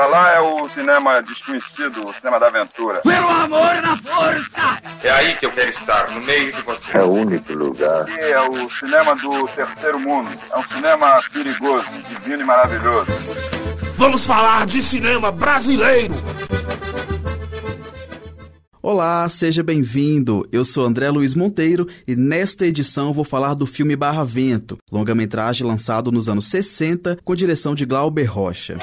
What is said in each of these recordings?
Pra lá é o cinema desconhecido, o cinema da aventura. Pelo amor na força! É aí que eu quero estar, no meio de você. É o único lugar. Aqui é o cinema do terceiro mundo. É um cinema perigoso, divino e maravilhoso. Vamos falar de cinema brasileiro! Olá, seja bem-vindo. Eu sou André Luiz Monteiro e nesta edição vou falar do filme Barra Vento, longa-metragem lançado nos anos 60 com direção de Glauber Rocha.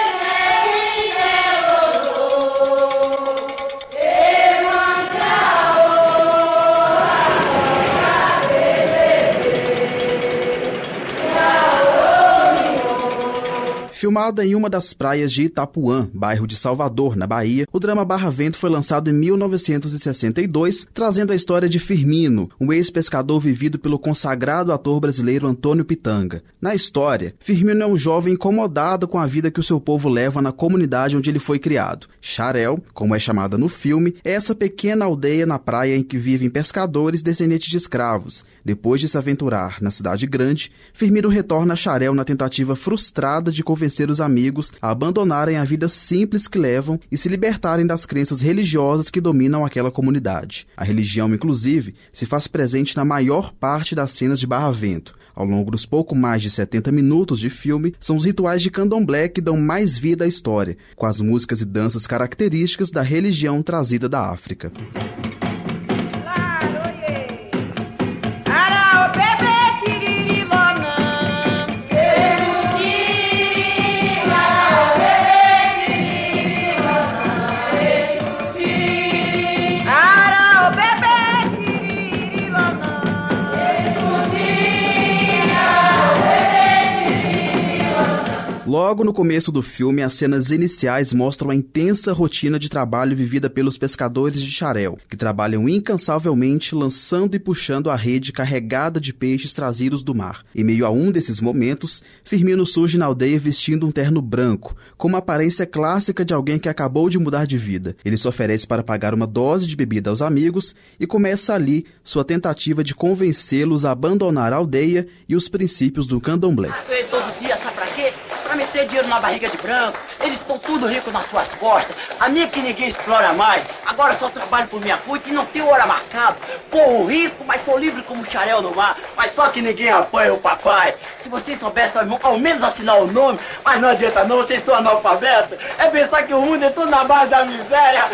Filmada em uma das praias de Itapuã, bairro de Salvador, na Bahia, o drama Barra Vento foi lançado em 1962, trazendo a história de Firmino, um ex-pescador vivido pelo consagrado ator brasileiro Antônio Pitanga. Na história, Firmino é um jovem incomodado com a vida que o seu povo leva na comunidade onde ele foi criado. Xarel, como é chamada no filme, é essa pequena aldeia na praia em que vivem pescadores descendentes de escravos. Depois de se aventurar na cidade grande, Firmino retorna a Xarel na tentativa frustrada de convencer os amigos a abandonarem a vida simples que levam e se libertarem das crenças religiosas que dominam aquela comunidade. A religião, inclusive, se faz presente na maior parte das cenas de Barra Vento. Ao longo dos pouco mais de 70 minutos de filme, são os rituais de candomblé que dão mais vida à história, com as músicas e danças características da religião trazida da África. Logo no começo do filme, as cenas iniciais mostram a intensa rotina de trabalho vivida pelos pescadores de Xarel, que trabalham incansavelmente lançando e puxando a rede carregada de peixes trazidos do mar. Em meio a um desses momentos, Firmino surge na aldeia vestindo um terno branco, com uma aparência clássica de alguém que acabou de mudar de vida. Ele se oferece para pagar uma dose de bebida aos amigos e começa ali sua tentativa de convencê-los a abandonar a aldeia e os princípios do candomblé. Todo dia, sabe pra quê? Pra meter dinheiro na barriga de branco. Eles estão tudo ricos nas suas costas. A minha que ninguém explora mais. Agora só trabalho por minha conta e não tenho hora marcada. Corro risco, mas sou livre como Xarel no mar. Mas só que ninguém apanha o papai. Se vocês soubessem ao menos assinar o nome, mas não adianta não, vocês são analfabetos. É pensar que o mundo é tudo na base da miséria.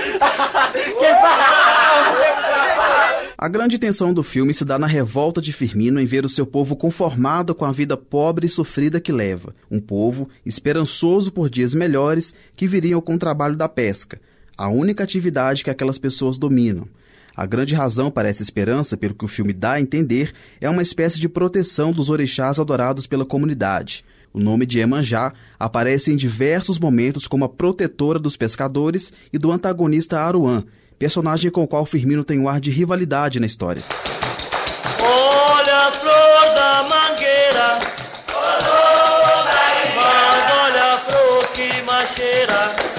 A grande tensão do filme se dá na revolta de Firmino em ver o seu povo conformado com a vida pobre e sofrida que leva. Um povo esperançoso por dias melhores que viriam com o trabalho da pesca, a única atividade que aquelas pessoas dominam. A grande razão para essa esperança, pelo que o filme dá a entender, é uma espécie de proteção dos orixás adorados pela comunidade. O nome de Iemanjá aparece em diversos momentos como a protetora dos pescadores e do antagonista Aruan, personagem com o qual Firmino tem um ar de rivalidade na história. Olha a flor da mangueira, mas olha a flor que macheira.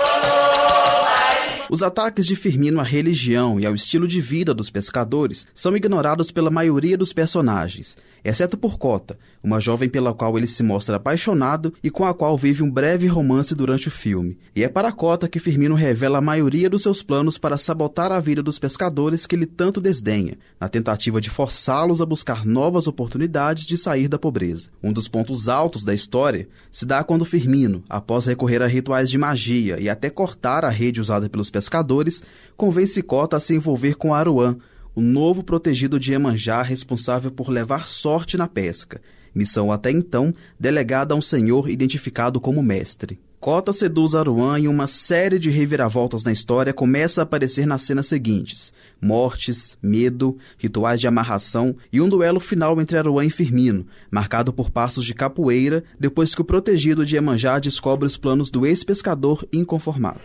Os ataques de Firmino à religião e ao estilo de vida dos pescadores são ignorados pela maioria dos personagens, exceto por Cota, uma jovem pela qual ele se mostra apaixonado e com a qual vive um breve romance durante o filme. E é para Cota que Firmino revela a maioria dos seus planos para sabotar a vida dos pescadores que ele tanto desdenha, na tentativa de forçá-los a buscar novas oportunidades de sair da pobreza. Um dos pontos altos da história se dá quando Firmino, após recorrer a rituais de magia e até cortar a rede usada pelos pescadores, convence Cota a se envolver com Aruan, o novo protegido de Iemanjá responsável por levar sorte na pesca, missão até então delegada a um senhor identificado como mestre. Cota seduz Aruan e uma série de reviravoltas na história começa a aparecer nas cenas seguintes: mortes, medo, rituais de amarração e um duelo final entre Aruan e Firmino, marcado por passos de capoeira, depois que o protegido de Iemanjá descobre os planos do ex-pescador inconformado.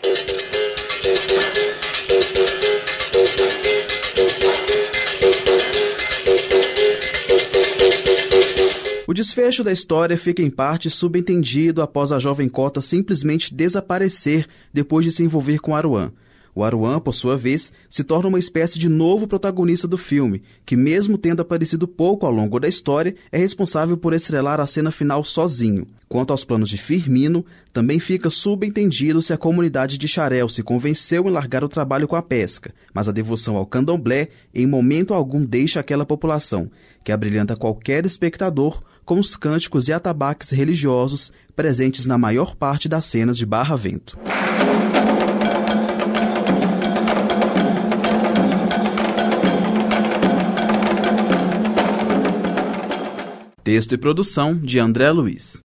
O desfecho da história fica em parte subentendido após a jovem Cota simplesmente desaparecer depois de se envolver com Aruan. O Aruan, por sua vez, se torna uma espécie de novo protagonista do filme, que mesmo tendo aparecido pouco ao longo da história, é responsável por estrelar a cena final sozinho. Quanto aos planos de Firmino, também fica subentendido se a comunidade de Xarel se convenceu em largar o trabalho com a pesca, mas a devoção ao candomblé em momento algum deixa aquela população, que abrilhanta qualquer espectador com os cânticos e atabaques religiosos presentes na maior parte das cenas de Barra Vento. Texto e produção de André Luiz.